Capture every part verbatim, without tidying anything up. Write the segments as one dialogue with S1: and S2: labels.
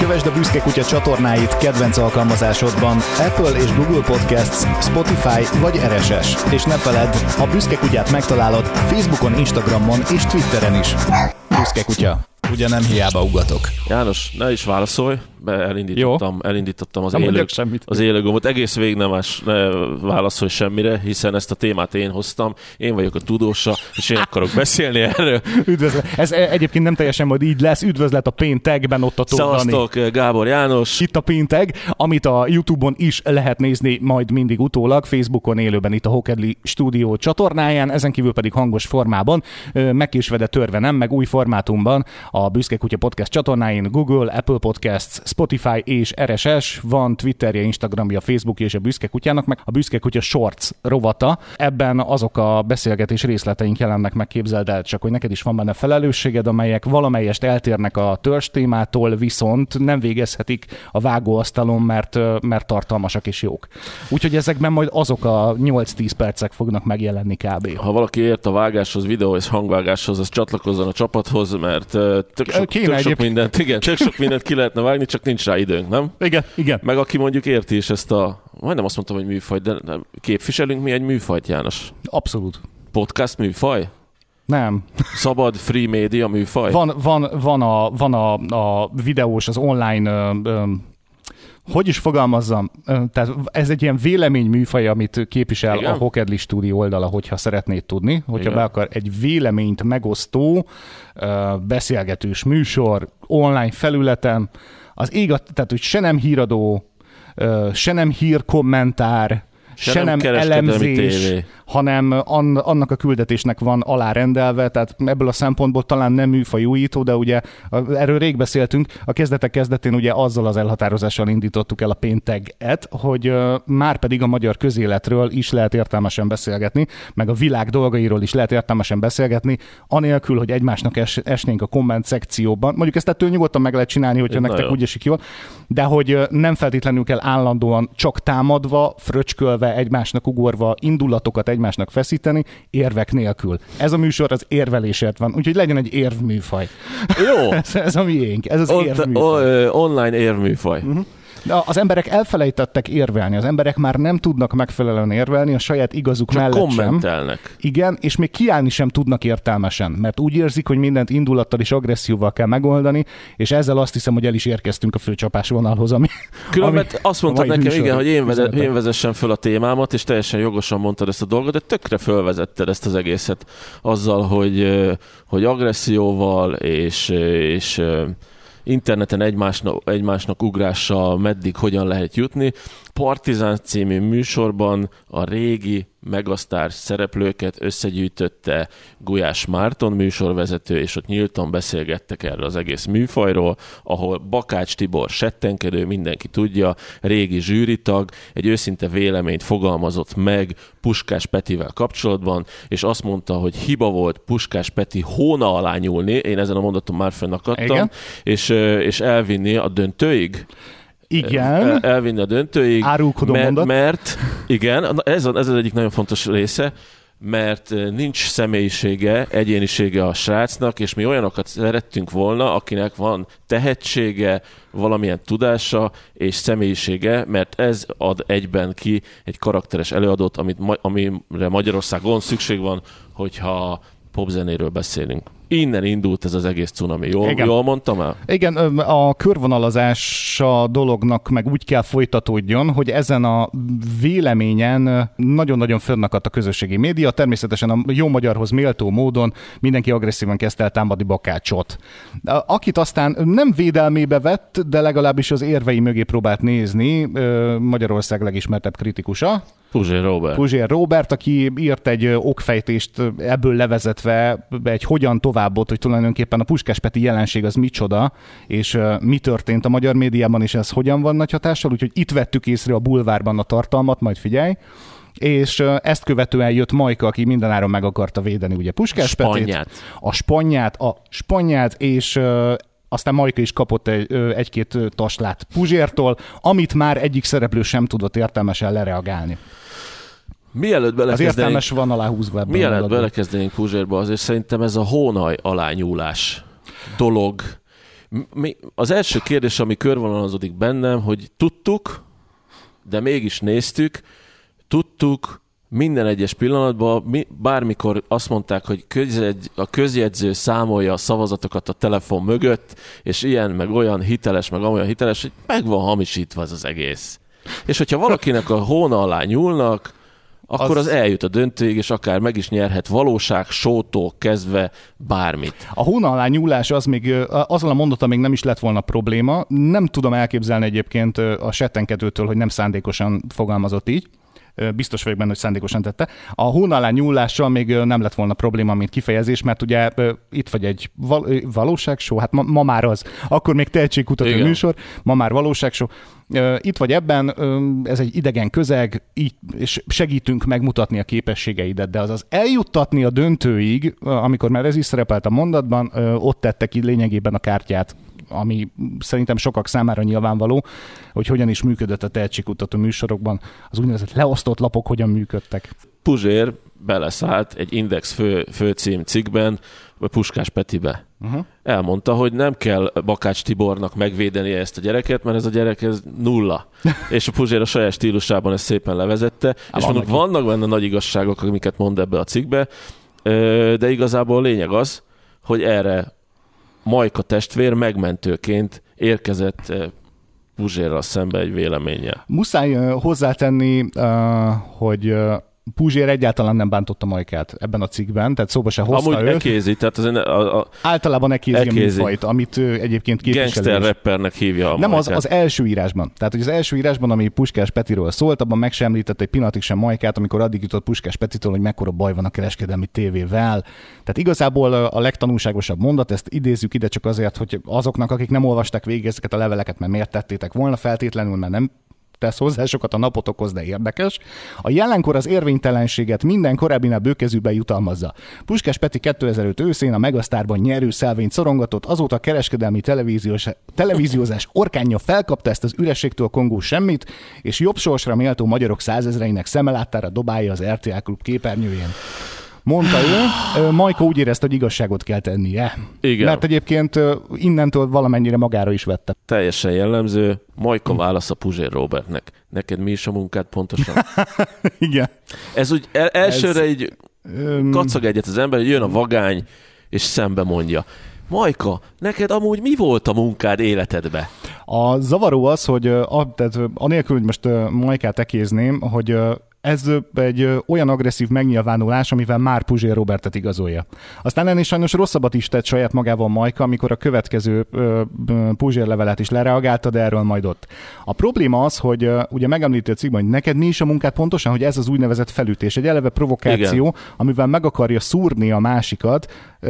S1: Kövesd a Büszke Kutya csatornáit kedvenc alkalmazásodban, Apple és Google Podcasts, Spotify vagy er es es. És ne feledd, a Büszke Kutyát megtalálod Facebookon, Instagramon és Twitteren is. Büszke Kutya. Ugye nem hiába ugatok.
S2: János, ne is válaszolj, elindítottam, elindítottam az, élő, az élőgombot. Egész végig nem más, ne válaszolj semmire, hiszen ezt a témát én hoztam. Én vagyok a tudósa, és én akarok beszélni erről.
S1: Üdvözlet. Ez egyébként nem teljesen majd így lesz. Üdvözlet a péntekben, ott a Tóth Dani.
S2: Szevasztok, Gábor János.
S1: Itt a péntek, amit a YouTube-on is lehet nézni majd mindig utólag, Facebookon élőben itt a Hokedli Stúdió csatornáján, ezen kívül pedig hangos formában, megkésvedett törve nem, meg új formátumban a Büszke Kutya Podcast csatornáin, Google, Apple Podcasts, Spotify és er es es, van Twitterje, Instagramja, Facebookja és a Büszke Kutyának, meg a Büszke Kutya Shorts rovata. Ebben azok a beszélgetés részleteink jelennek meg, képzeld el csak, hogy neked is van benne felelősséged, amelyek valamelyest eltérnek a törzs témától, viszont nem végezhetik a vágóasztalon, mert, mert tartalmasak és jók. Úgyhogy ezekben majd azok a nyolc-tíz percek fognak megjelenni kb.
S2: Ha valaki ért a vágáshoz, videó és hangvágáshoz, az csatlakozzon a csapathoz, mert tök sok, tök sok mindent, igen, tök sok mindent ki lehetne vágni, csak nincs rá időnk, nem?
S1: Igen, igen.
S2: Meg aki mondjuk érti is ezt a, majdnem azt mondtam, hogy műfaj, de képviselünk mi egy műfajt, János?
S1: Abszolút.
S2: Podcast műfaj?
S1: Nem.
S2: Szabad, free média műfaj?
S1: Van, van, van, a, van a, a videós, az online... Ö, ö, hogy is fogalmazzam? Tehát ez egy ilyen véleményműfaj, amit képvisel igen? A Hokedli Stúdió oldala, hogyha szeretnéd tudni. Hogyha igen? Be akar egy véleményt megosztó, beszélgetős műsor, online felületen, az ég, tehát hogy se nem híradó, se nem hírkommentár, se, se nem, nem elemzés, tévé. hanem an, annak a küldetésnek van alárendelve, tehát ebből a szempontból talán nem műfajújító, de ugye erről rég beszéltünk, a kezdetek kezdetén ugye azzal az elhatározással indítottuk el a pénteget, hogy uh, már pedig a magyar közéletről is lehet értelmesen beszélgetni, meg a világ dolgairól is lehet értelmesen beszélgetni, anélkül, hogy egymásnak es, esnénk a komment szekcióban. Mondjuk ezt ettől nyugodtan meg lehet csinálni, hogyha nektek jó. Úgy esik jól, de hogy uh, nem feltétlenül kell állandóan csak támadva, fröcskölve, egymásnak ugorva, indulatokat egymásnak feszíteni, érvek nélkül. Ez a műsor az érvelésért van, úgyhogy legyen egy érvműfaj.
S2: Jó.
S1: ez, ez a miénk, ez az
S2: On-
S1: érvműfaj.
S2: O- online érvműfaj. Uh-huh.
S1: De az emberek elfelejtettek érvelni, az emberek már nem tudnak megfelelően érvelni, a saját igazuk
S2: csak
S1: mellett
S2: kommentelnek.
S1: Sem. Igen, és még kiállni sem tudnak értelmesen, mert úgy érzik, hogy mindent indulattal és agresszióval kell megoldani, és ezzel azt hiszem, hogy el is érkeztünk a főcsapás vonalhoz, ami...
S2: Különben ami azt mondtad nekem, igen, hogy én, vezet, én vezessem föl a témámat, és teljesen jogosan mondtad ezt a dolgot, de tökre fölvezetted ezt az egészet azzal, hogy, hogy agresszióval és... és interneten egymásnak, egymásnak ugrással meddig hogyan lehet jutni. Partizán című műsorban a régi megasztár szereplőket összegyűjtötte Gulyás Márton műsorvezető, és ott nyíltan beszélgettek erről az egész műfajról, ahol Bakács Tibor settenkedő, mindenki tudja, régi zsűritag, egy őszinte véleményt fogalmazott meg Puskás Petivel kapcsolatban, és azt mondta, hogy hiba volt Puskás Peti hóna alá nyúlni, én ezen a mondaton már fennakadtam, és, és elvinni a döntőig.
S1: Igen.
S2: Elvinni a döntőig,
S1: mert,
S2: mert igen, ez, ez az egyik nagyon fontos része, mert nincs személyisége, egyénisége a srácnak, és mi olyanokat szerettünk volna, akinek van tehetsége, valamilyen tudása és személyisége, mert ez ad egyben ki egy karakteres előadót, amit, amire Magyarországon szükség van, hogyha popzenéről beszélünk. Innen indult ez az egész cunami. Jól, jól mondtam el?
S1: Igen, a körvonalazás a dolognak meg úgy kell folytatódjon, hogy ezen a véleményen nagyon-nagyon fönnakadt a közösségi média. Természetesen a jó magyarhoz méltó módon mindenki agresszívan kezdte el támadni Bakácsot. Akit aztán nem védelmébe vett, de legalábbis az érvei mögé próbált nézni Magyarország legismertebb kritikusa.
S2: Puzsér Róbert.
S1: Puzsér Róbert, aki írt egy okfejtést ebből levezetve egy hogyan továbbot, hogy tulajdonképpen a Puskás Peti jelenség az micsoda, és mi történt a magyar médiában, és ez hogyan van nagy hatással, úgyhogy itt vettük észre a bulvárban a tartalmat, majd figyelj. És ezt követően jött Majka, aki mindenáron meg akarta védeni ugye Puskás Petét. A spanyát. A spanyát, és aztán Majka is kapott egy, egy-két taslát Puzsértól, amit már egyik szereplő sem tudott értelmesen lereagálni.
S2: Mielőtt
S1: az értelmes van aláhúzva ebben.
S2: Mielőtt belekezdenénk Puzsérba, azért szerintem ez a hónaj alányúlás dolog Mi, az első kérdés, ami körvonalazódik bennem, hogy tudtuk, de mégis néztük, tudtuk, minden egyes pillanatban, mi, bármikor azt mondták, hogy közjegy, a közjegyző számolja a szavazatokat a telefon mögött, és ilyen, meg olyan hiteles, meg olyan hiteles, hogy meg van hamisítva ez az egész. És hogyha valakinek a hóna alá nyúlnak, akkor az... az eljut a döntőig, és akár meg is nyerhet valóság, sótól kezdve bármit.
S1: A hóna alá nyúlás az még, azzal a mondata még nem is lett volna probléma. Nem tudom elképzelni egyébként a settenkedőtől, hogy nem szándékosan fogalmazott így. Biztos vagyok benne, hogy szándékosan tette. A hóna alá nyúlással még nem lett volna probléma, mint kifejezés, mert ugye itt vagy egy val- valóságshow, hát ma, ma már az, akkor még tehetségkutató Igen. műsor, ma már valóságshow. Itt vagy ebben, ez egy idegen közeg, így, és segítünk megmutatni a képességeidet, de az az eljuttatni a döntőig, amikor már ez is szerepelt a mondatban, ott tette ki lényegében a kártyát, ami szerintem sokak számára nyilvánvaló, hogy hogyan is működött a tehetségkutató műsorokban, az úgynevezett leosztott lapok hogyan működtek.
S2: Puzsér beleszállt egy Index fő, főcím cikkben, Puskás Petibe. Uh-huh. Elmondta, hogy nem kell Bakács Tibornak megvédenie ezt a gyereket, mert ez a gyerek ez nulla. És a Puzsér a saját stílusában ezt szépen levezette, Há, és mondjuk vannak benne nagy igazságok, amiket mond ebbe a cikkbe, de igazából a lényeg az, hogy erre Majka testvér megmentőként érkezett Puzsérral szembe egy véleménnyel.
S1: Muszáj uh, hozzátenni, uh, hogy uh, Puzsér egyáltalán nem bántotta Majkát ebben a cikkben, tehát szóba se hozta
S2: Amúgy
S1: őt.
S2: ekézi, tehát az a, a,
S1: általában ekézi, ekézi a műfajt, amit ő egyébként képvisel.
S2: Gangster rappernek hívja a
S1: Nem
S2: Majkát.
S1: az, az első írásban. Tehát, hogy az első írásban, ami Puskás Petiről szólt, abban meg sem említett egy pillanatig sem Majkát, amikor addig jutott Puskás Petitől, hogy mekkora baj van a kereskedelmi tévével. Tehát igazából a legtanulságosabb mondat, ezt idézzük ide csak azért, hogy azoknak, akik nem olvasták végig ezeket a leveleket, mert miért tettétek volna feltétlenül, mert nem tesz hozzá sokat a napot okoz, de érdekes. A jelenkor az érvénytelenséget minden korábbinál bőkezűben jutalmazza. Puskás Peti kétezer-öt őszén a Megasztárban nyerő szelvényt szorongatott, azóta a kereskedelmi televíziós, televíziózás orkánja felkapta ezt az ürességtől kongó semmit, és jobb sorsra méltó magyarok százezreinek szemelátára dobálja az er té el Klub képernyőjén. Mondta ő, Majka úgy érezte, hogy igazságot kell tennie.
S2: Igen.
S1: Mert egyébként innentől valamennyire magára is vette.
S2: Teljesen jellemző. Majka válasz a Puzsér Robertnek. Neked mi is a munkád pontosan?
S1: Igen.
S2: Ez úgy el, elsőre Ez... így kacag egyet az ember, hogy jön a vagány, és szembe mondja. Majka, neked amúgy mi volt a munkád életedbe?
S1: A zavaró az, hogy a, tehát anélkül, hogy most Majkát ekézném, hogy ez egy olyan agresszív megnyilvánulás, amivel már Puzsér Robertet igazolja. Aztán ennél sajnos rosszabbat is tett saját magával Majka, amikor a következő Puzsér levelet is lereagálta, de erről majd ott. A probléma az, hogy ugye megemlíti a cikkben, hogy neked mi is a munkád pontosan, hogy ez az úgynevezett felütés, egy eleve provokáció, Igen. amivel meg akarja szúrni a másikat,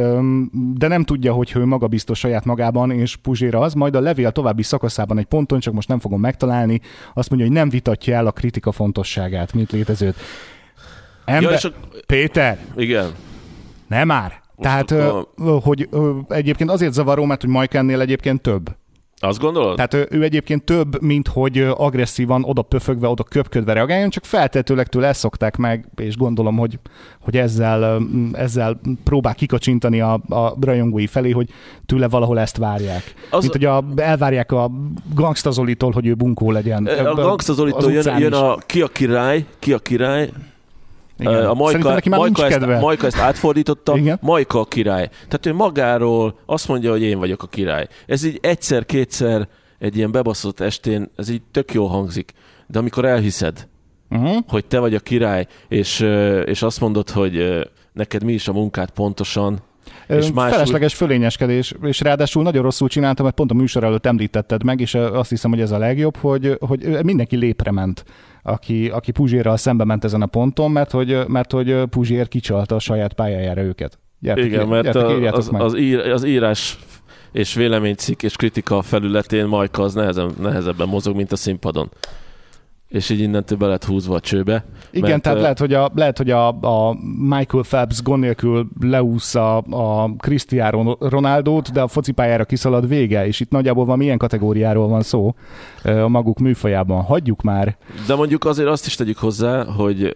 S1: de nem tudja, hogy ő magabiztos saját magában, és Puzsér az, majd a levél további szakaszában egy ponton, csak most nem fogom megtalálni, azt mondja, hogy nem vitatja el a kritika fontosságát, mint létezőt. Ember... Ja, a... Péter!
S2: Igen.
S1: Nem már. Most Tehát, a... hogy egyébként azért zavaró, mert hogy Majka ennél egyébként több.
S2: Azt gondolod?
S1: Tehát ő, ő egyébként több, mint hogy agresszívan, oda pöfögve, oda köpködve reagáljon, csak feltetőleg tőle ezt szokták meg, és gondolom, hogy, hogy ezzel, ezzel próbál kikacsintani a, a rajongói felé, hogy tőle valahol ezt várják. Az... Mint hogy a, elvárják a Gangsta Zolitól, hogy ő bunkó legyen.
S2: A Gangsta Zolitól jön, jön a ki a király, ki a király, Igen. A Majka, Majka, ezt, Majka ezt átfordította, Igen. Majka a király. Tehát ő magáról azt mondja, hogy én vagyok a király. Ez így egyszer-kétszer egy ilyen bebaszott estén, ez így tök jól hangzik. De amikor elhiszed, uh-huh. hogy te vagy a király, és, és azt mondod, hogy neked mi is a munkád pontosan, és más
S1: felesleges fölényeskedés, és ráadásul nagyon rosszul csináltam, mert pont a műsor előtt említetted meg, és azt hiszem, hogy ez a legjobb, hogy, hogy mindenki lépre ment, aki, aki Puzsérral szembe ment ezen a ponton, mert hogy, mert hogy Puzsér kicsalta a saját pályájára őket. Gyertek,
S2: Igen, mert
S1: gyertek,
S2: az, az, ír, az írás és véleménycikk és kritika felületén Majka az nehezen, nehezebben mozog, mint a színpadon. És így innentől be lett húzva a csőbe.
S1: Igen, mert, tehát lehet, hogy a, lehet, hogy a, a Michael Phelps gond nélkül leúszza a Cristiano Ronaldót, de a focipályára kiszalad vége, és itt nagyjából van milyen kategóriáról van szó a maguk műfajában. Hagyjuk már.
S2: De mondjuk azért azt is tegyük hozzá, hogy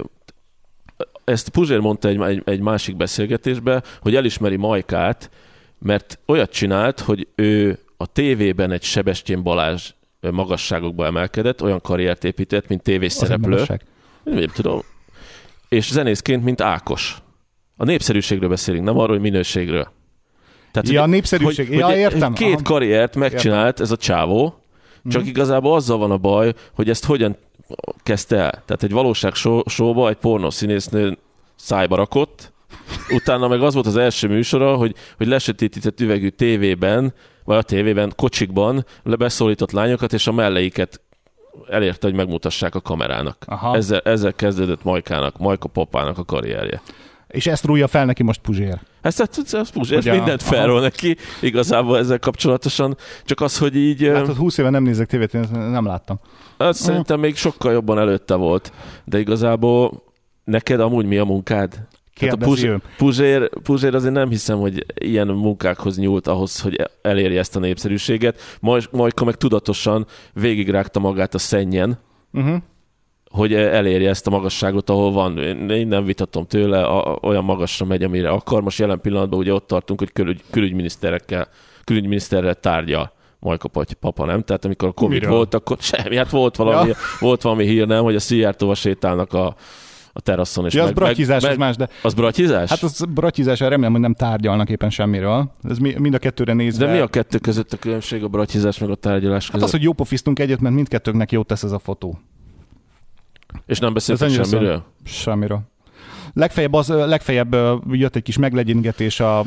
S2: ezt Puzsér mondta egy, egy, egy másik beszélgetésben, hogy elismeri Majkát, mert olyat csinált, hogy ő a tévében egy Sebestyén Balázs magasságokba emelkedett, olyan karriert épített, mint tévés szereplő. Nem tudom. És zenészként, mint Ákos. A népszerűségről beszélünk, nem arról, hogy minőségről. Tehát,
S1: ja,
S2: hogy,
S1: népszerűség.
S2: Hogy,
S1: ja,
S2: hogy
S1: értem.
S2: Két Aha. karriert megcsinált értem. Ez a csávó, csak mm. igazából azzal van a baj, hogy ezt hogyan kezdte el. Tehát egy valóság showba egy pornószínésznő szájba rakott, utána meg az volt az első műsora, hogy, hogy lesötétített üvegű tévében, vagy a tévében, kocsikban lebeszólított lányokat, és a melleiket elérte, hogy megmutassák a kamerának. Ezzel, ezzel kezdődött Majkának, Majka Papának a karrierje.
S1: És ezt rújja fel neki most Puzsér.
S2: Ezt, ezt, ezt Puzsér, ezt mindent felról neki, igazából ezzel kapcsolatosan. Csak az, hogy így...
S1: Hát ott húsz éve nem nézek tévét, én nem láttam.
S2: Hát szerintem még sokkal jobban előtte volt. De igazából neked amúgy mi a munkád? Hát a Puzsér, Puzsér, Puzsér azért nem hiszem, hogy ilyen munkákhoz nyúlt ahhoz, hogy elérje ezt a népszerűséget. Maj, Majka meg tudatosan végigrágta magát a szennyen, uh-huh. hogy elérje ezt a magasságot, ahol van. Én nem vitatom tőle, a, olyan magasra megy, amire akar. Most jelen pillanatban ugye ott tartunk, hogy külügy, külügyminiszterekkel, külügyminiszterrel tárgyal Majka Papa, nem? Tehát amikor a Covid Miről? volt, akkor semmi. Hát volt valami, ja. volt valami hír, nem? Hogy a Szijjártóval sétálnak a a teraszon. És
S1: ja,
S2: meg,
S1: az bratyizás,
S2: meg,
S1: az más, de...
S2: Az bratyizás?
S1: Hát az bratyizás, remélem, hogy nem tárgyalnak éppen semmiről. Ez mind a kettőre nézve...
S2: De mi a kettő között a különbség, a bratyizás meg a tárgyalás között?
S1: Hát az, hogy jópofiztunk egyet, mert mindkettőnknek jót tesz ez a fotó.
S2: És nem beszéltek semmiről?
S1: Semmiről. Legfeljebb, az, legfeljebb jött egy kis meglegyingetés a,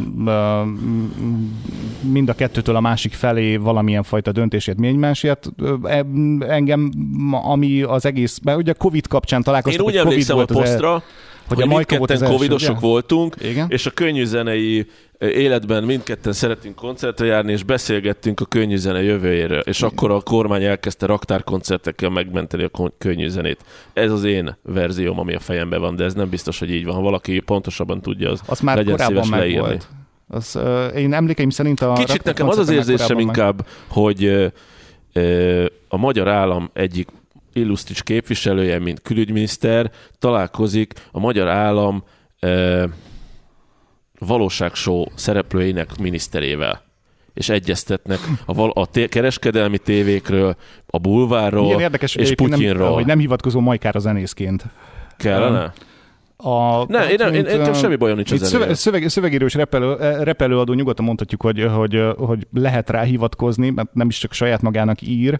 S1: mind a kettőtől a másik felé valamilyen fajta döntését egymásért. Engem, ami az egész, mert ugye a Covid kapcsán találkoztunk,
S2: hogy Covid volt a posztra, az, hogy, hogy a mindketten covidosok voltunk,
S1: igen?
S2: És a könnyűzenei életben mindketten szeretünk koncertre járni, és beszélgettünk a könnyűzene jövőjéről, és igen. Akkor a kormány elkezdte raktárkoncertekkel megmenteni a könnyűzenét. Ez az én verzióm, ami a fejemben van, de ez nem biztos, hogy így van. Ha valaki pontosabban tudja, az, az már legyen szíves leírni. Volt.
S1: Az, uh, én emlékeim szerint a...
S2: Kicsit nekem az az érzésem inkább, meg... hogy uh, uh, a magyar állam egyik illusztris képviselője, mint külügyminiszter, találkozik a magyar állam uh, valóságshow szereplőinek miniszterével, és egyeztetnek a, val- a té- kereskedelmi tévékről, a bulvárról
S1: érdekes,
S2: és Putyinról.
S1: Nem, hogy nem hivatkozó Majkára zenészként.
S2: Kellene?
S1: A,
S2: ne, én, nem, én, én csak semmi bajom nincs a zenével.
S1: Szöveg, szövegíró és repelő, repelőadó nyugodtan mondhatjuk, hogy, hogy, hogy lehet rá hivatkozni, mert nem is csak saját magának ír.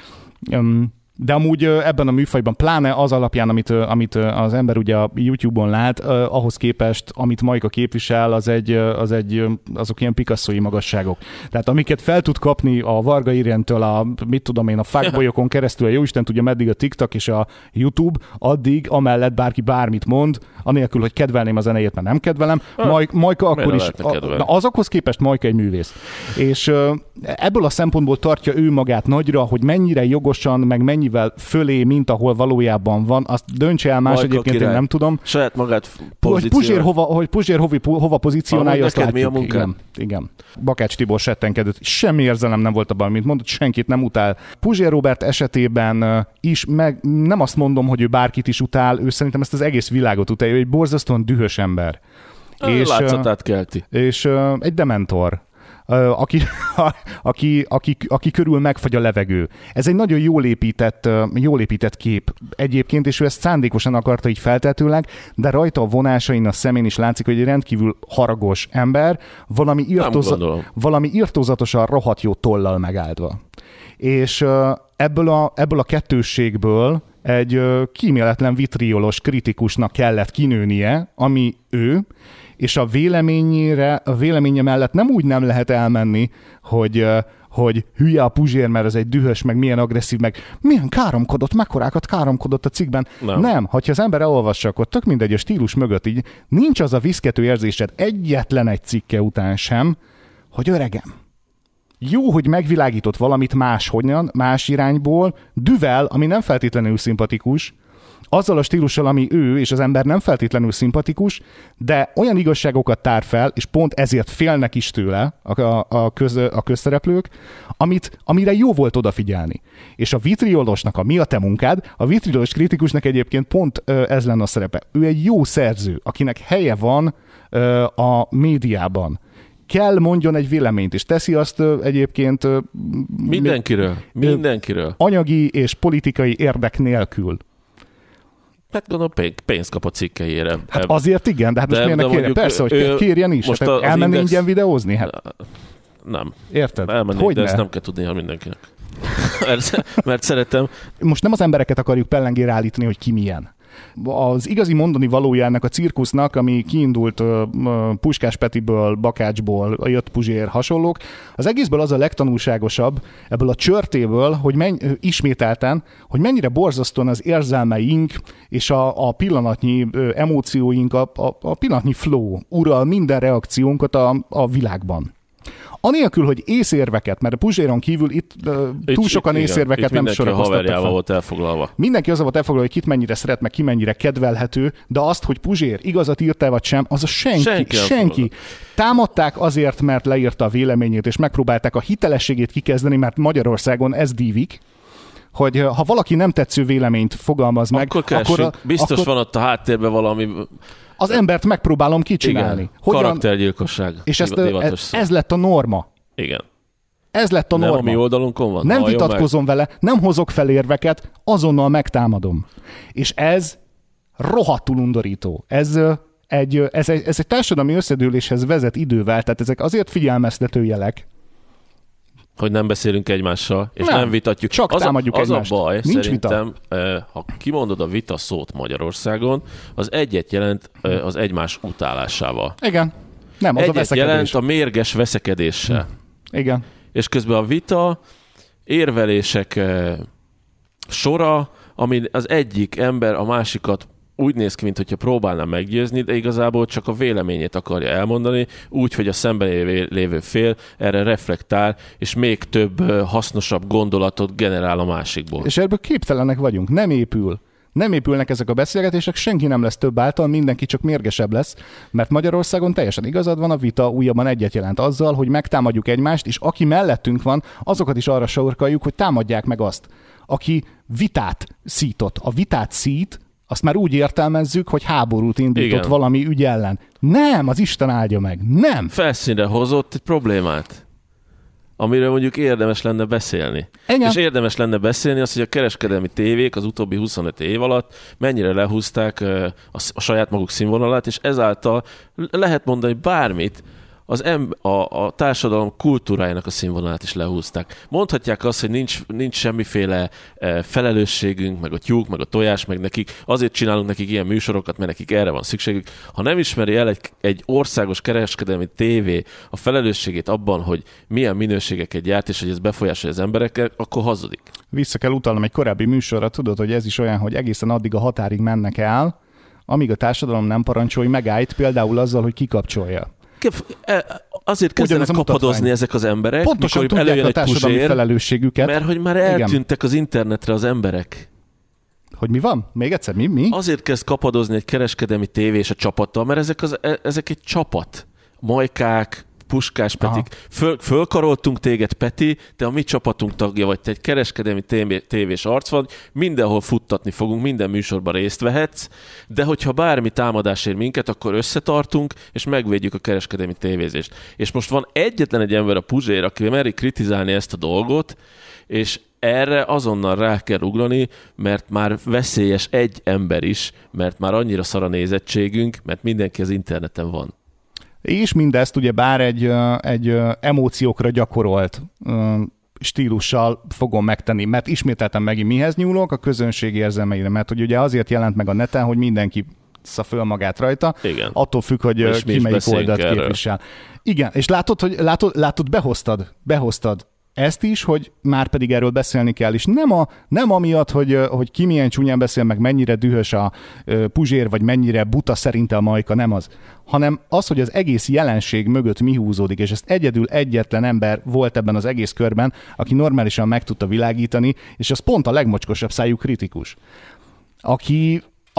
S1: De amúgy ebben a műfajban, pláne az alapján, amit, amit az ember ugye a YouTube-on lát, ahhoz képest, amit Majka képvisel, az egy, az egy, azok ilyen Picasso-i magasságok. Tehát amiket fel tud kapni a Varga Irjentől, a mit tudom én, a fuckboyokon keresztül, a jóisten tudja meddig a TikTok és a YouTube, addig amellett bárki bármit mond, anélkül, hogy kedvelném a zenéjét, mert nem kedvelem. Maj, Majka akkor is, a, azokhoz képest Majka egy művész. És ebből a szempontból tartja ő magát nagyra, hogy mennyire jogosan, meg mennyi fölé, mint ahol valójában van, azt döntse el más, Majka egyébként király. Én nem tudom.
S2: Saját magát
S1: pozícionál. Hogy Puzsér hova, hogy Puzsér hovi, hova pozícionálja, azt látjuk.
S2: Mi a munkád?
S1: Igen, igen. Bakács Tibor settenkedett. Semmi érzelem nem volt abban, amit mondott, senkit nem utál. Puzsér Róbert esetében is, meg nem azt mondom, hogy ő bárkit is utál, ő szerintem ezt az egész világot utálja. Ő egy borzasztóan dühös ember.
S2: A és, látszatát kelti.
S1: És uh, egy dementor. Uh, aki, aki, aki, aki körül megfagy a levegő. Ez egy nagyon jól épített, uh, jól épített kép egyébként, és ő ezt szándékosan akarta így feltetőleg, de rajta a vonásain, a szemén is látszik, hogy egy rendkívül haragos ember, valami, irtóza, valami irtózatosan rohadt jó tollal megáldva. És uh, ebből, a, ebből a kettősségből egy uh, kíméletlen vitriolos kritikusnak kellett kinőnie, ami ő, és a véleményére, a véleménye mellett nem úgy nem lehet elmenni, hogy, hogy hülye a Puzsér, mert ez egy dühös, meg milyen agresszív, meg milyen káromkodott, mekkorákat káromkodott a cikkben. Nem. nem. Ha az ember elolvassa, akkor tök mindegy, a stílus mögött így nincs az a viszkető érzésed egyetlen egy cikke után sem, hogy öregem. Jó, hogy megvilágított valamit máshogyan, más irányból, düvel, ami nem feltétlenül szimpatikus, azzal a stílussal, ami ő, és az ember nem feltétlenül szimpatikus, de olyan igazságokat tár fel, és pont ezért félnek is tőle a, a, a, köz, a közszereplők, amit, amire jó volt odafigyelni. És a vitriolosnak a mi a te munkád, a vitriolos kritikusnak egyébként pont ez lenne a szerepe. Ő egy jó szerző, akinek helye van a médiában. kell mondjon egy véleményt, és teszi azt egyébként...
S2: Mindenkiről, mindenkiről.
S1: Anyagi és politikai érdek nélkül.
S2: Hát gondolom pénzt kap a cikkeiére.
S1: Hát azért igen, de hát most miért ne kérjen? Persze, hogy ő, kérjen is. Hát elmenni index... ingyen videózni? Hát...
S2: Nem.
S1: Érted?
S2: Elmenni, hogy de ne? Ezt nem kell tudni mindenkinek. mert, mert szeretem.
S1: Most nem az embereket akarjuk pellengére állítani, hogy ki milyen. Az igazi mondani valója ennek a cirkusznak, ami kiindult uh, Puskás Petiből, Bakácsból, a Jött Puzsér hasonlók, az egészből az a legtanulságosabb, ebből a csörtéből, hogy menny, ismételten, hogy mennyire borzasztóan az érzelmeink és a, a pillanatnyi uh, emócióink, a, a, a pillanatnyi flow ural minden reakciónkat a, a világban. Anélkül, hogy észérveket, mert a Puzséron kívül itt uh, túl sokan
S2: igen,
S1: észérveket nem sorakoztattak fel.
S2: Volt elfoglalva.
S1: Mindenki azzal volt elfoglalva, hogy kit mennyire szeret, meg ki mennyire kedvelhető, de azt, hogy Puzsér igazat írt-e vagy sem, az a senki. Senki. senki. Támadták azért, mert leírta a véleményét, és megpróbálták a hitelességét kikezdeni, mert Magyarországon ez dívik, hogy ha valaki nem tetsző véleményt fogalmaz meg,
S2: akkor, akkor a, biztos akkor... van ott a háttérben valami...
S1: Az embert megpróbálom kicsinálni.
S2: Igen, Hogyan... karaktergyilkosság.
S1: És ezt, ez, ez lett a norma.
S2: Igen.
S1: Ez lett a norma.
S2: Nem a mi oldalunkon van.
S1: Nem vitatkozom meg. vele, nem hozok fel érveket, azonnal megtámadom. És ez rohadtul undorító. Ez egy, ez, egy, ez egy társadalmi összedőléshez vezet idővel, tehát ezek azért figyelmeztető jelek.
S2: Hogy nem beszélünk egymással, és nem, nem vitatjuk.
S1: Csak
S2: az
S1: támadjuk
S2: a, az
S1: egymást.
S2: A baj,
S1: Nincs
S2: szerintem,
S1: vita.
S2: Ha kimondod a vita szót Magyarországon, az egyet jelent az egymás utálásával.
S1: Igen. Nem, az
S2: egyet
S1: a veszekedés.
S2: jelent a mérges veszekedéssel.
S1: Igen.
S2: És közben a vita érvelések sora, ami az egyik ember a másikat úgy néz ki, mintha próbálna meggyőzni, de igazából csak a véleményét akarja elmondani, úgy, hogy a szemben lévő fél erre reflektál, és még több hasznosabb gondolatot generál a másikból.
S1: És ebből képtelenek vagyunk, nem épül. Nem épülnek ezek a beszélgetések, senki nem lesz több által, mindenki csak mérgesebb lesz, mert Magyarországon teljesen igazad van, a vita újabban egyet jelent azzal, hogy megtámadjuk egymást, és aki mellettünk van, azokat is arra sorkaljuk, hogy támadják meg azt. Aki vitát szított, a vitát szít, azt már úgy értelmezzük, hogy háborút indított Igen. valami ügy ellen. Nem, az Isten áldja meg. Nem.
S2: Felszínre hozott egy problémát, amiről mondjuk érdemes lenne beszélni.
S1: Igen.
S2: És érdemes lenne beszélni az, hogy a kereskedelmi tévék az utóbbi huszonöt év alatt mennyire lehúzták a, a saját maguk színvonalát, és ezáltal lehet mondani bármit, az em- a, a társadalom kultúrájának a színvonalát is lehúzták. Mondhatják azt, hogy nincs, nincs semmiféle e, felelősségünk, meg a tyúk, meg a tojás, meg nekik, azért csinálunk nekik ilyen műsorokat, mert nekik erre van szükségük. Ha nem ismeri el egy, egy országos kereskedelmi tévé a felelősségét abban, hogy milyen minőségeket gyárt, és hogy ez befolyásolja az embereket, akkor hazudik.
S1: Vissza kell utalnom egy korábbi műsorra, tudod, hogy ez is olyan, hogy egészen addig a határig mennek el, amíg a társadalom nem parancsolja, megállt például azzal, hogy kikapcsolja.
S2: Azért kezdenek kapadozni ezek az emberek,
S1: pontosan
S2: mikor
S1: tudják
S2: előjön
S1: a
S2: egy
S1: társadalmi
S2: Puzsér,
S1: felelősségüket.
S2: Mert hogy már eltűntek Igen. az internetre az emberek.
S1: Hogy mi van? Még egyszer, mi? mi?
S2: Azért kezd kapadozni egy kereskedelmi tévé és a csapattal, mert ezek, az, ezek egy csapat. Majkák, Puskás Petik. Föl, fölkaroltunk téged, Peti, te a mi csapatunk tagja vagy, te egy kereskedelmi tévé, tévés arc vagy, mindenhol futtatni fogunk, minden műsorban részt vehetsz, de hogyha bármi támadás ér minket, akkor összetartunk, és megvédjük a kereskedelmi tévézést. És most van egyetlen egy ember, a Puzsér, aki meri kritizálni ezt a dolgot, és erre azonnal rá kell ugrani, mert már veszélyes egy ember is, mert már annyira szar a nézettségünk, mert mindenki az interneten van.
S1: És mindezt ugye bár egy, egy emóciókra gyakorolt stílussal fogom megtenni, mert ismételtem megint mihez nyúlok, a közönség érzelmeire, mert hogy ugye azért jelent meg a neten, hogy mindenki szá föl magát rajta,
S2: Igen.
S1: attól függ, hogy és ki melyik oldalt képvisel. Igen, és látod, hogy látod, látod behoztad, behoztad ezt is, hogy már pedig erről beszélni kell, és nem, a, nem amiatt, hogy, hogy ki milyen csúnyán beszél, meg mennyire dühös a Puzsér, vagy mennyire buta szerinte a Majka, nem az, hanem az, hogy az egész jelenség mögött mi húzódik, és ezt egyedül egyetlen ember volt ebben az egész körben, aki normálisan meg tudta világítani, és az pont a legmocskosabb szájú kritikus, aki,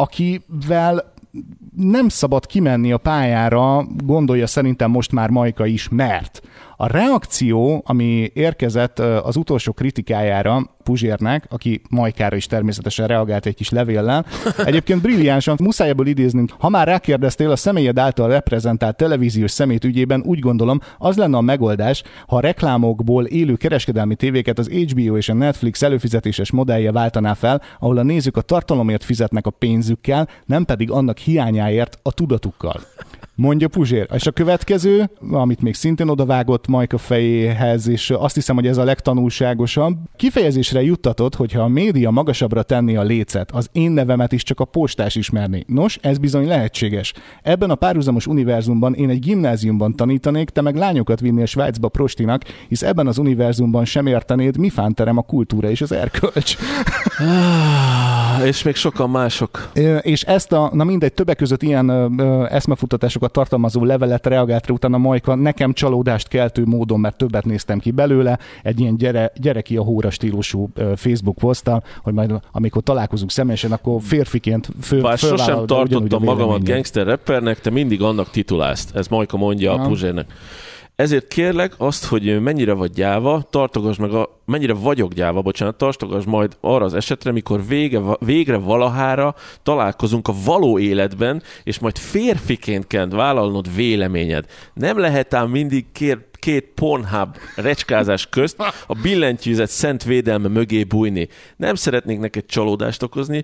S1: akivel nem szabad kimenni a pályára, gondolja szerintem most már Majka is, mert A reakció, ami érkezett az utolsó kritikájára Puzsérnek, aki Majkára is természetesen reagált egy kis levéllel, egyébként brilliánsan, muszáj ebből idéznünk, ha már rákérdeztél a személyed által reprezentált televíziós szemét ügyében, úgy gondolom, az lenne a megoldás, ha a reklámokból élő kereskedelmi tévéket az há bé o és a Netflix előfizetéses modellje váltaná fel, ahol a nézők a tartalomért fizetnek a pénzükkel, nem pedig annak hiányáért a tudatukkal. Mondja Puzsér. És a következő, amit még szintén odavágott Majka fejéhez, és azt hiszem, hogy ez a legtanulságosabb, kifejezésre juttatott, hogyha a média magasabbra tenné a lécet, az én nevemet is csak a postás ismerné. Nos, ez bizony lehetséges. Ebben a párhuzamos univerzumban én egy gimnáziumban tanítanék, te meg lányokat vinnél Svájcba prostinak, hisz ebben az univerzumban sem értenéd, mi fánterem a kultúra és az erkölcs.
S2: És még sokan mások.
S1: És ezt a, na mindegy, többek között ilyen eszmefutatásokat tartalmazó levelet reagált rá utána Majka nekem csalódást keltő módon, mert többet néztem ki belőle, egy ilyen gyere, gyere ki a hóra stílusú Facebook poszttal, hogy majd amikor találkozunk személyesen, akkor férfiként föl,
S2: Bár sosem tartottam magamat gangster rappernek, te mindig annak titulálsz. Ez Majka mondja ja. a Puzsérnek. Ezért kérlek azt, hogy mennyire vagy gyáva, tartogass meg a, mennyire vagyok gyáva, bocsánat, tartogass majd arra az esetre, mikor vége, végre valahára találkozunk a való életben, és majd férfiként kell vállalnod véleményed. Nem lehet ám mindig kér, két Pornhub recskázás közt a billentyűzet szent védelme mögé bújni. Nem szeretnék neked csalódást okozni,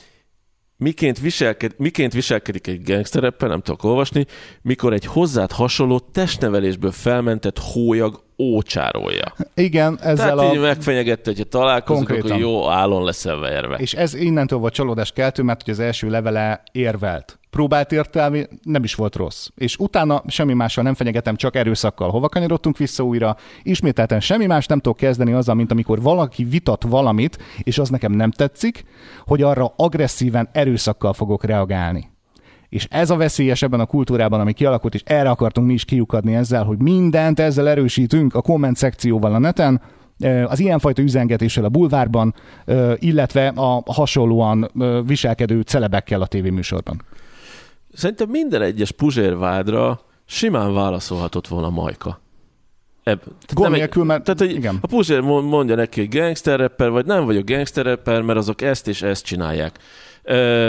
S2: Miként, viselked, miként viselkedik egy gangsterrapper, nem tudok olvasni, mikor egy hozzád hasonló testnevelésből felmentett hólyag ócsárolja.
S1: Igen, ezzel
S2: Tehát
S1: a...
S2: így megfenyegette, hogyha találkozunk,
S1: Konkrétan.
S2: akkor jó állon leszel verve.
S1: És ez innentől volt csalódás keltő, mert hogy az első levele érvelt. Próbált értelmi, nem is volt rossz. És utána semmi mással nem fenyegetem, csak erőszakkal. Hova kanyarodtunk vissza újra? Ismételten semmi más nem tudok kezdeni azzal, mint amikor valaki vitat valamit, és az nekem nem tetszik, hogy arra agresszíven erőszakkal fogok reagálni. És ez a veszélyes ebben a kultúrában, ami kialakult, és erre akartunk mi is kiukadni ezzel, hogy mindent ezzel erősítünk a komment szekcióval a neten, az ilyenfajta üzengetéssel a bulvárban, illetve a hasonlóan viselkedő celebekkel a tévéműsorban.
S2: Szerintem minden egyes Puzsér vádra simán válaszolhatott volna Majka. Ebb,
S1: Gond nélkül, mert
S2: tehát, hogy
S1: igen.
S2: A Puzsér mondja neki, hogy gangster rapper, vagy nem vagyok gangster rapper, mert azok ezt és ezt csinálják. Ö,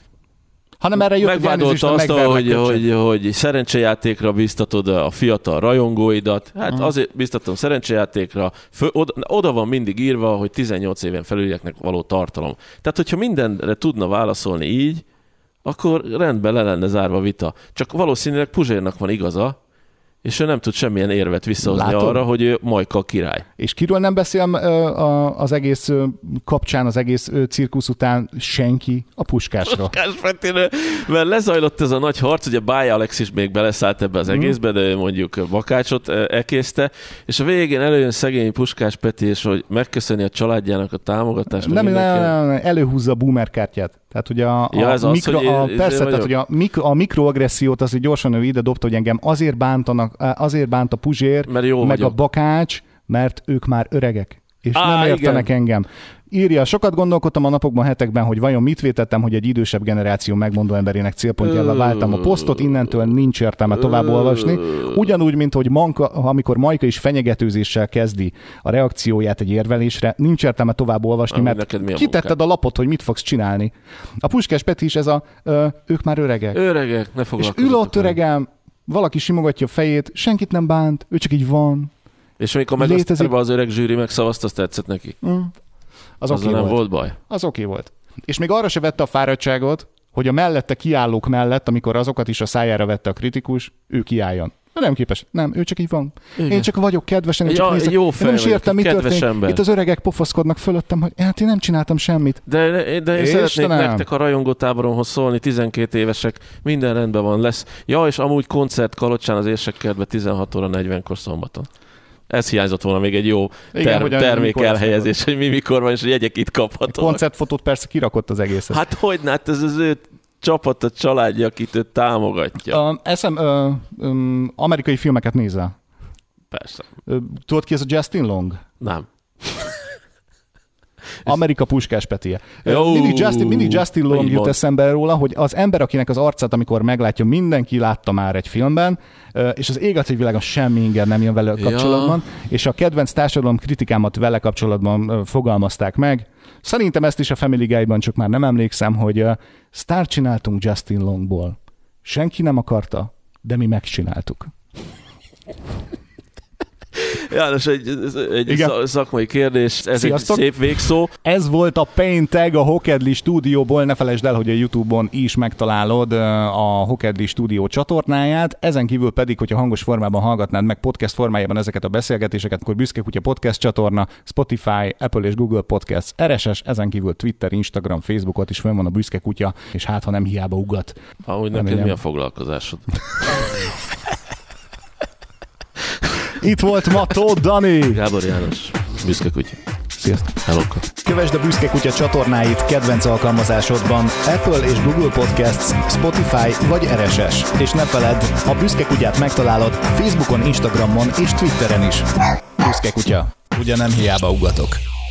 S1: hanem erre jött,
S2: megvádolta azt, hogy, hogy, hogy szerencsejátékra biztatod a fiatal rajongóidat. Hát uh-huh. azért biztatom szerencsejátékra. Fő, oda, oda van mindig írva, hogy tizennyolc éven felülieknek való tartalom. Tehát, hogyha mindenre tudna válaszolni így, akkor rendben le lenne zárva vita. Csak valószínűleg Puzsérnak van igaza, és ő nem tud semmilyen érvet visszahozni Látod? arra, hogy ő Majka a király.
S1: És kiről nem beszél az egész kapcsán, az egész cirkusz után senki? A Puskásról.
S2: Puskás Petiről, mert lezajlott ez a nagy harc, ugye Bája Alex is még beleszállt ebbe az egészbe, de mondjuk Bakácsot ekészte, és a végén előjön szegény Puskás Peti, és hogy megköszöni a családjának a támogatást.
S1: Nem, nem, nem, nem, előhúzza a boomer kártyát. Tehát ugye a, ja, a, mikro, az, a persze, tehát ugye a, mikro, a mikroagressziót az, hogy gyorsan ő ide dobta, hogy engem azért bántanak, azért bánt a Puzsér, meg vagyok. a Bakács, mert ők már öregek, és Á, nem értenek igen. engem. Írja, sokat gondolkodtam a napokban, hetekben, hogy vajon mit vétettem, hogy egy idősebb generáció megmondó emberének célpontjával váltam a posztot, innentől nincs értelme tovább olvasni. Ugyanúgy, mint hogy Manka, amikor Majka is fenyegetőzéssel kezdi a reakcióját egy érvelésre, nincs értelme tovább olvasni, Ami mert kitetted a lapot, hogy mit fogsz csinálni. A Puskás Peti is ez a, ö, ők már öregek.
S2: Öregek, ne foglalkozzatok.
S1: És ül ott öregem, valaki simogatja a fejét, senkit nem bánt, ő csak így van.
S2: És amikor meg azt az öreg zsűri megszavazta, azt tetszett neki. Mm.
S1: Az oké okay
S2: nem
S1: volt.
S2: volt baj.
S1: Az oké okay volt. És még arra se vette a fáradtságot, hogy a mellette kiállók mellett, amikor azokat is a szájára vette a kritikus, ő kiálljon. Nem képes. Nem, ő csak így van. Igen. Én csak vagyok kedvesen, én csak ja, nézek. Jó fej, nem is értem, mi történik. Ember. Itt az öregek pofoszkodnak fölöttem, hogy hát én nem csináltam semmit.
S2: De, de, de én szeretnék Istenem. nektek a rajongótáboromhoz szólni, tizenkét évesek, minden rendben van, lesz. Ja, és amúgy koncert Kalocsán az Érsekkertben tizenhat óra negyvenkor szombaton. Ez hiányzott volna még egy jó ter- Igen, termék elhelyezés, hogy mi mikor van, és a jegyek itt kaphatóak.
S1: Koncertfotót persze kirakott az egészet.
S2: Hát hogy hát ez az ő csapat, a családja, akit ő támogatja.
S1: Uh, eszem, uh, um, amerikai filmeket nézel?
S2: Persze.
S1: Uh, tudod ki ez a Justin Long?
S2: Nem.
S1: Amerika Puskás Petie. Mindig Justin, mindig Justin Long jut eszembe róla, hogy az ember, akinek az arcát, amikor meglátja, mindenki látta már egy filmben, és az ég adta világon semmi inger nem jön vele kapcsolatban, ja. és a kedvenc társadalom kritikámat vele kapcsolatban fogalmazták meg. Szerintem ezt is a Family Guy-ban, csak már nem emlékszem, hogy sztárt csináltunk Justin Longból. Senki nem akarta, de mi megcsináltuk.
S2: János, egy, egy szakmai kérdés, ez Sziasztok. Egy szép végszó.
S1: Ez volt a Paintag a Hokedli stúdióból, ne felejtsd el, hogy a YouTube-on is megtalálod a Hokedli stúdió csatornáját, ezen kívül pedig, hogyha hangos formában hallgatnád meg podcast formájában ezeket a beszélgetéseket, akkor Büszke Kutya Podcast csatorna, Spotify, Apple és Google Podcast, er es es, ezen kívül Twitter, Instagram, Facebookot is fönn van a Büszke Kutya, és hát ha nem hiába ugat.
S2: Ahogy neked mi a foglalkozásod?
S1: Itt volt ma Tóth Dani.
S2: Gábor János, Büszke Kutya.
S1: Sziasztok.
S2: Hellóka.
S1: Kövesd a Büszke Kutya csatornáit kedvenc alkalmazásodban, Apple és Google Podcasts, Spotify vagy er es es. És ne feledd, a Büszke Kutyát megtalálod Facebookon, Instagramon és Twitteren is. Büszke Kutya. Ugye nem hiába ugatok.